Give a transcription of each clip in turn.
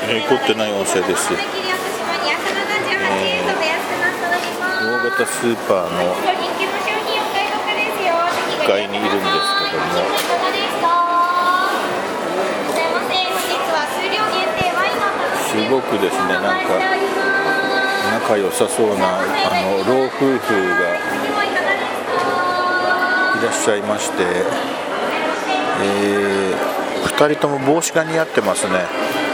凝ってない音声です。大型スーパーの1階にいるんですけども、すごくですね、なんか仲良さそうな老夫婦がいらっしゃいまして、2人とも帽子が似合ってますね。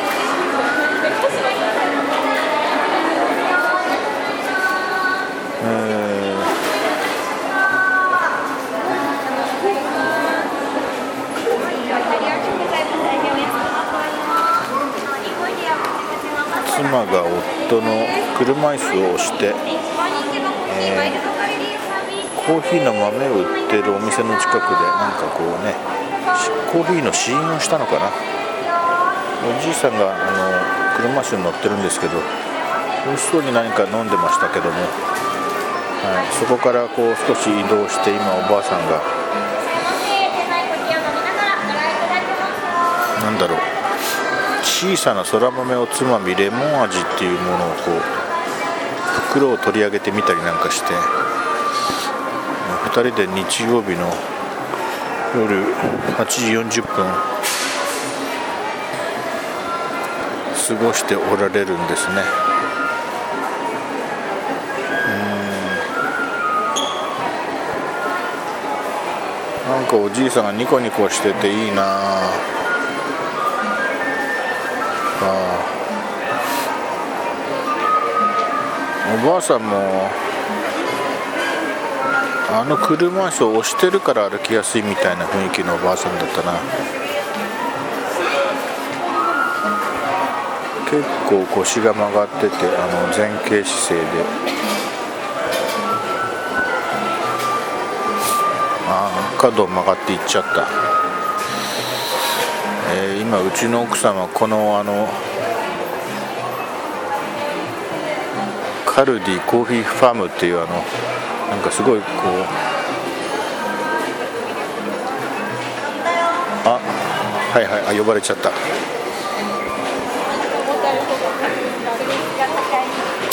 妻が夫の車椅子を押して、コーヒーの豆を売ってるお店の近くでなんかこうね、コーヒーの試飲をしたのかな。おじいさんが車椅子に乗ってるんですけど、美味しそうに何か飲んでましたけども、そこからこう少し移動して、今おばあさんがなんだろう、小さなそら豆をつまみレモン味っていうものをこう袋を取り上げてみたりなんかして、2人で日曜日の夜8時40分過ごしておられるんですね。なんかおじいさんがニコニコしてていいなおばあさんも車椅子を押してるから歩きやすいみたいな雰囲気のおばあさんだったな。結構腰が曲がってて前傾姿勢で、角を曲がっていっちゃった。今うちの奥様このカルディコーヒーファームっていうなんかすごいこうはい呼ばれちゃった。